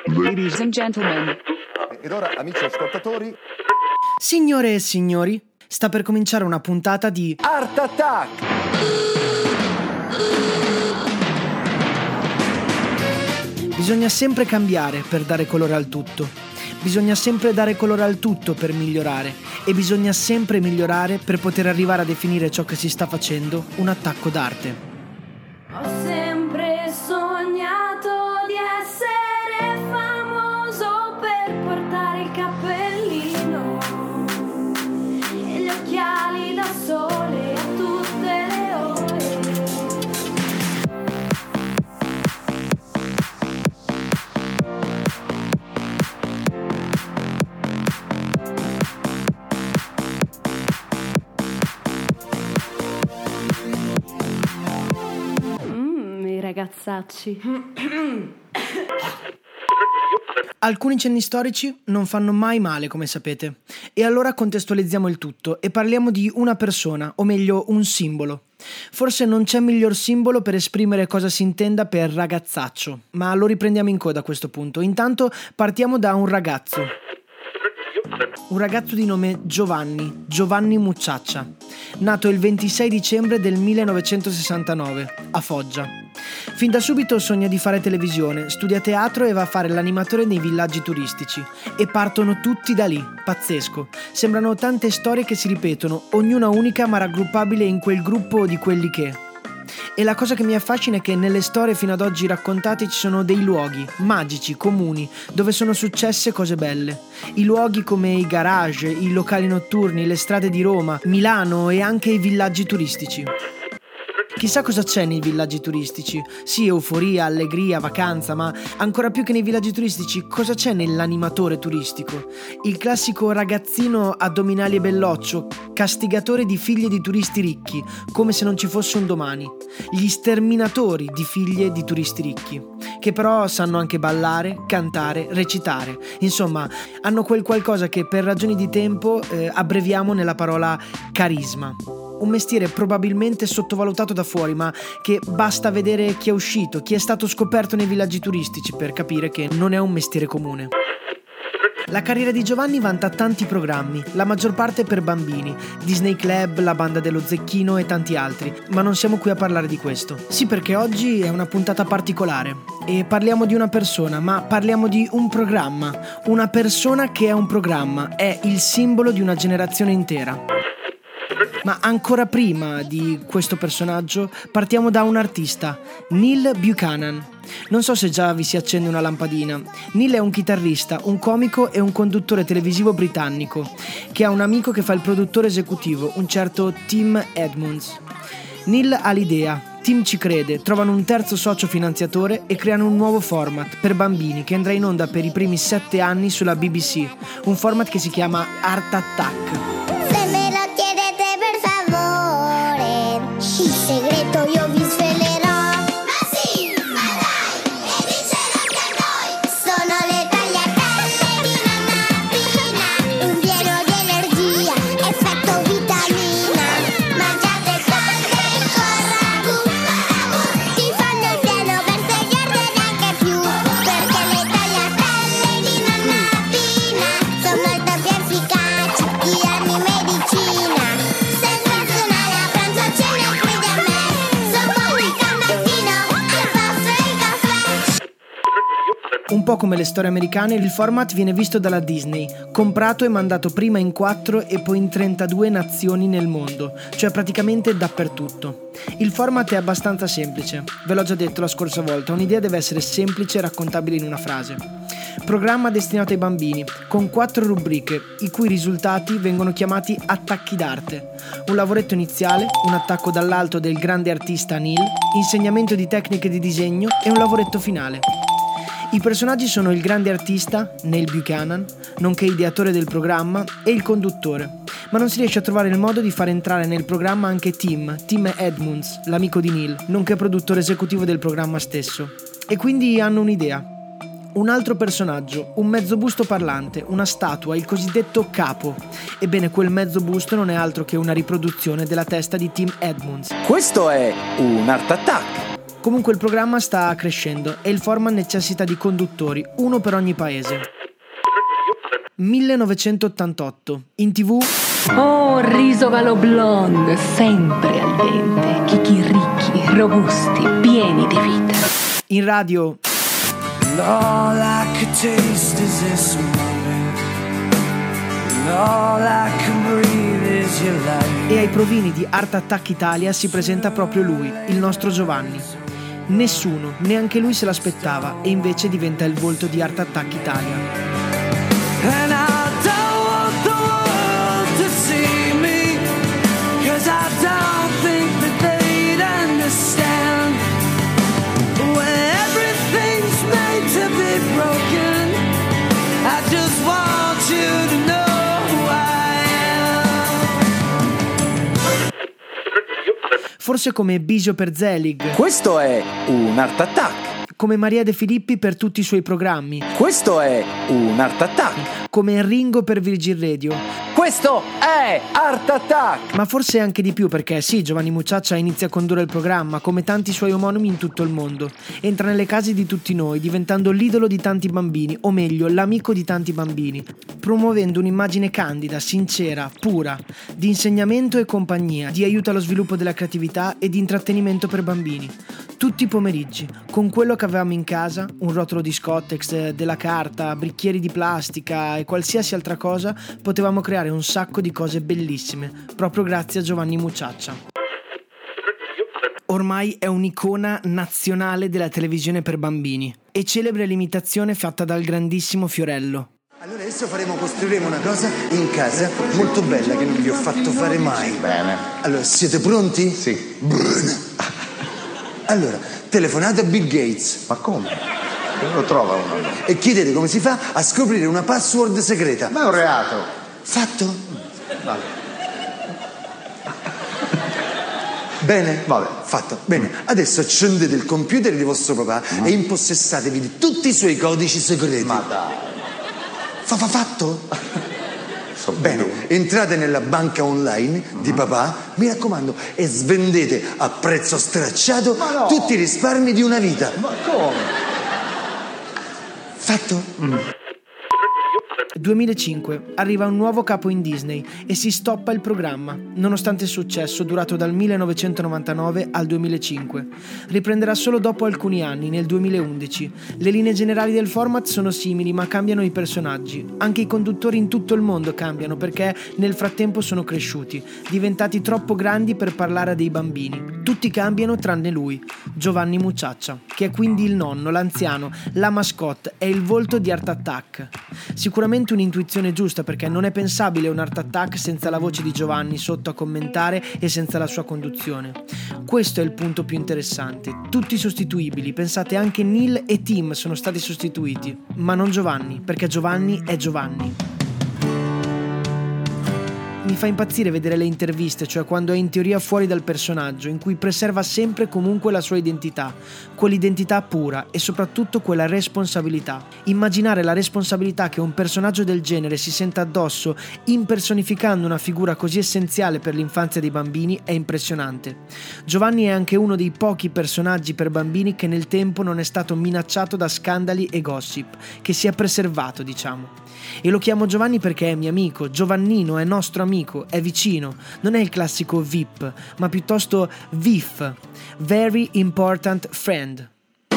Ladies and gentlemen. Ed ora, amici ascoltatori, Signore e signori, sta per cominciare una puntata di Art Attack! Bisogna sempre cambiare per dare colore al tutto. Bisogna sempre dare colore al tutto per migliorare. E bisogna sempre migliorare per poter arrivare a definire ciò che si sta facendo un attacco d'arte. Ho sempre sognato di essere famoso per portare il cappellino e gli occhiali da sole a tutte le ore. I ragazzacci. Alcuni cenni storici non fanno mai male, come sapete. E allora contestualizziamo il tutto e parliamo di una persona, o meglio un simbolo. Forse non c'è miglior simbolo per esprimere cosa si intenda per ragazzaccio, ma lo riprendiamo in coda a questo punto. Intanto partiamo da un ragazzo. Un ragazzo di nome Giovanni Mucciaccia, nato il 26 dicembre del 1969 a Foggia. Fin da subito sogna di fare televisione, studia teatro e va a fare l'animatore nei villaggi turistici. E partono tutti da lì, pazzesco. Sembrano tante storie che si ripetono, ognuna unica ma raggruppabile in quel gruppo di quelli che... E la cosa che mi affascina è che nelle storie fino ad oggi raccontate ci sono dei luoghi magici, comuni, dove sono successe cose belle. I luoghi come i garage, i locali notturni, le strade di Roma, Milano e anche i villaggi turistici. Chissà cosa c'è nei villaggi turistici. Sì, euforia, allegria, vacanza, ma ancora più che nei villaggi turistici, cosa c'è nell'animatore turistico? Il classico ragazzino addominali e belloccio, castigatore di figlie di turisti ricchi, come se non ci fosse un domani. Gli sterminatori di figlie di turisti ricchi, che però sanno anche ballare, cantare, recitare. Insomma, hanno quel qualcosa che per ragioni di tempo abbreviamo nella parola carisma. Un mestiere probabilmente sottovalutato da fuori, ma che basta vedere chi è uscito, chi è stato scoperto nei villaggi turistici per capire che non è un mestiere comune. La carriera di Giovanni vanta tanti programmi, la maggior parte per bambini, Disney Club, La Banda dello Zecchino e tanti altri, ma non siamo qui a parlare di questo. Sì, perché oggi è una puntata particolare e parliamo di una persona, ma parliamo di un programma, una persona che è un programma, è il simbolo di una generazione intera. Ma ancora prima di questo personaggio partiamo da un artista, Neil Buchanan. Non so se già vi si accende una lampadina. Neil è un chitarrista, un comico e un conduttore televisivo britannico che ha un amico che fa il produttore esecutivo, un certo Tim Edmonds. Neil ha l'idea, Tim ci crede, trovano un terzo socio finanziatore e creano un nuovo format per bambini che andrà in onda per i primi 7 anni sulla BBC, un format che si chiama Art Attack. Il segreto io vi svelerò. Ma sì, ma dai, e dicelo anche a noi. Sono le tagliatelle di Nonna Pina, un pieno di energia, effetto vitamina. Mangiate tante con ragù, ti fanno il pieno per svegliarti neanche più. Perché le tagliatelle di Nonna Pina sono molto più efficaci di ogni medicina. Un po' come le storie americane, il format viene visto dalla Disney, comprato e mandato prima in 4 e poi in 32 nazioni nel mondo, cioè praticamente dappertutto. Il format è abbastanza semplice, ve l'ho già detto la scorsa volta, un'idea deve essere semplice e raccontabile in una frase. Programma destinato ai bambini, con 4 rubriche, i cui risultati vengono chiamati attacchi d'arte. Un lavoretto iniziale, un attacco dall'alto del grande artista Neil, insegnamento di tecniche di disegno e un lavoretto finale. I personaggi sono il grande artista, Neil Buchanan, nonché ideatore del programma, e il conduttore, ma non si riesce a trovare il modo di far entrare nel programma anche Tim Edmonds, l'amico di Neil, nonché produttore esecutivo del programma stesso. E quindi hanno un'idea. Un altro personaggio, un mezzo busto parlante, una statua, il cosiddetto capo. Ebbene, quel mezzo busto non è altro che una riproduzione della testa di Tim Edmonds. Questo è un Art Attack. Comunque il programma sta crescendo e il format necessita di conduttori, uno per ogni paese. 1988. In TV Oh, risovalo blonde, sempre al dente, chicchi ricchi, robusti, pieni di vita. in radio. And all I could taste is this moment. And all I can breathe is your light. E ai provini di Art Attack Italia si presenta proprio lui, il nostro Giovanni. Nessuno, neanche lui se l'aspettava, e invece diventa il volto di Art Attack Italia. And I don't want the world to see me, 'cause I don't think that they'd understand. When everything's made to be broken, I just want you to know who I am. Forse come Bisio per Zelig, Questo è un Art Attack. come Maria De Filippi per tutti i suoi programmi, Questo è un Art Attack. come Ringo per Virgin Radio. Questo è Art Attack. Ma forse anche di più, perché sì, Giovanni Mucciaccia inizia a condurre il programma, come tanti suoi omonimi in tutto il mondo. Entra nelle case di tutti noi, diventando l'idolo di tanti bambini, o meglio, l'amico di tanti bambini, promuovendo un'immagine candida, sincera, pura, di insegnamento e compagnia, di aiuto allo sviluppo della creatività e di intrattenimento per bambini. Tutti i pomeriggi, con quello che avevamo in casa, un rotolo di Scottex, della carta, bicchieri di plastica e qualsiasi altra cosa, potevamo creare un sacco di cose bellissime, proprio grazie a Giovanni Mucciaccia. Ormai è un'icona nazionale della televisione per bambini e celebre l'imitazione fatta dal grandissimo Fiorello. Allora adesso costruiremo una cosa in casa molto bella che non vi ho fatto fare mai. Bene. Allora, siete pronti? Sì. Bene. Allora, telefonate a Bill Gates Ma come? Non lo trova uno. e chiedete come si fa a scoprire una password segreta. Ma è un reato. Fatto? Vabbè. Bene? Vabbè. Fatto. Bene. Adesso accendete il computer di vostro papà e impossessatevi di tutti i suoi codici segreti. Ma dai. Fatto? So Bene, entrate nella banca online di papà, mi raccomando, e svendete a prezzo stracciato Ma no. tutti i risparmi di una vita. Ma come? Fatto? 2005. Arriva un nuovo capo in Disney e si stoppa il programma, nonostante il successo durato dal 1999 al 2005. Riprenderà solo dopo alcuni anni, nel 2011. Le linee generali del format sono simili, ma cambiano i personaggi. Anche i conduttori in tutto il mondo cambiano perché nel frattempo sono cresciuti, diventati troppo grandi per parlare a dei bambini. Tutti cambiano tranne lui, Giovanni Mucciaccia, che è quindi il nonno, l'anziano, la mascotte, è il volto di Art Attack. Sicuramente un'intuizione giusta, perché non è pensabile un Art Attack senza la voce di Giovanni sotto a commentare e senza la sua conduzione. Questo è il punto più interessante. Tutti sostituibili, pensate anche Neil e Tim sono stati sostituiti, ma non Giovanni, perché Giovanni è Giovanni. Mi fa impazzire vedere le interviste, cioè quando è in teoria fuori dal personaggio, in cui preserva sempre comunque la sua identità, quell'identità pura e soprattutto quella responsabilità. Immaginare la responsabilità che un personaggio del genere si senta addosso impersonificando una figura così essenziale per l'infanzia dei bambini è impressionante. Giovanni è anche uno dei pochi personaggi per bambini che nel tempo non è stato minacciato da scandali e gossip, che si è preservato, diciamo. E lo chiamo Giovanni perché è mio amico, Giovannino è nostro amico, è vicino, non è il classico VIP, ma piuttosto VIF, Very Important Friend.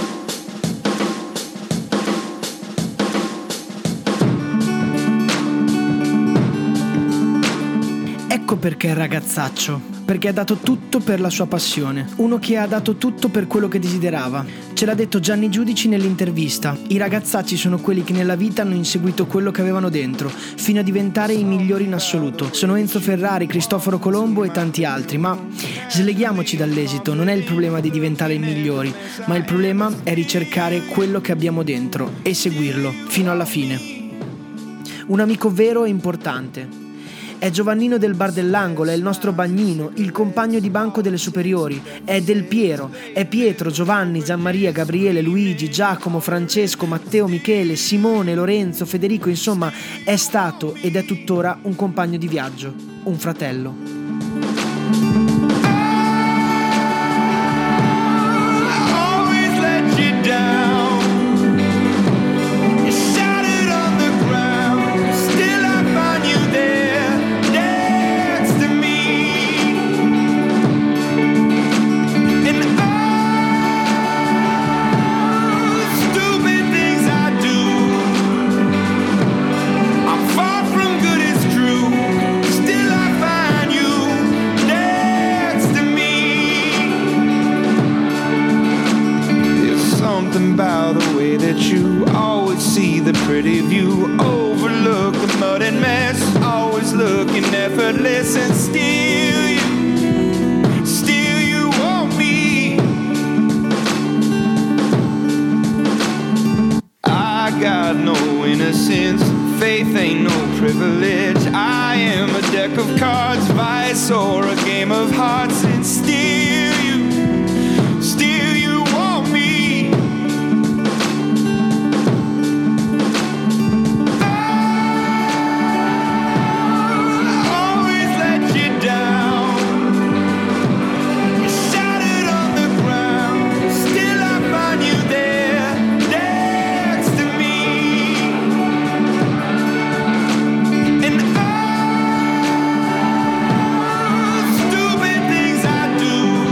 Ecco perché è ragazzaccio, perché ha dato tutto per la sua passione, uno che ha dato tutto per quello che desiderava. Ce l'ha detto Gianni Giudici nell'intervista: i ragazzacci sono quelli che nella vita hanno inseguito quello che avevano dentro, fino a diventare i migliori in assoluto. Sono Enzo Ferrari, Cristoforo Colombo e tanti altri, ma sleghiamoci dall'esito, non è il problema di diventare i migliori, ma il problema è ricercare quello che abbiamo dentro e seguirlo, fino alla fine. Un amico vero e importante. È Giovannino del bar dell'angolo, è il nostro bagnino, il compagno di banco delle superiori, è Del Piero, è Pietro, Giovanni, Gianmaria, Gabriele, Luigi, Giacomo, Francesco, Matteo, Michele, Simone, Lorenzo, Federico, insomma è stato ed è tuttora un compagno di viaggio, un fratello. that you always see the pretty view, overlook the mud and mess, always looking effortless, and still you want me. I got no innocence, faith ain't no privilege. I am a deck of cards, vice or a game of hearts, and still you want me. I'll always let you down. You're shattered on the ground, still I find you there next to me. And stupid things I do,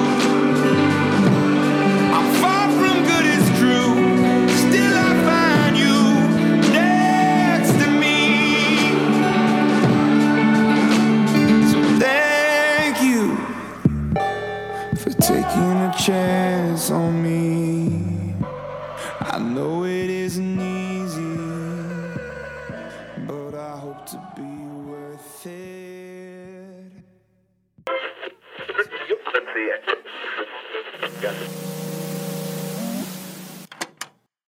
I'm far from good, it's true. Still I find you next to me. So thank you for taking a chance on me. I know it isn't easy.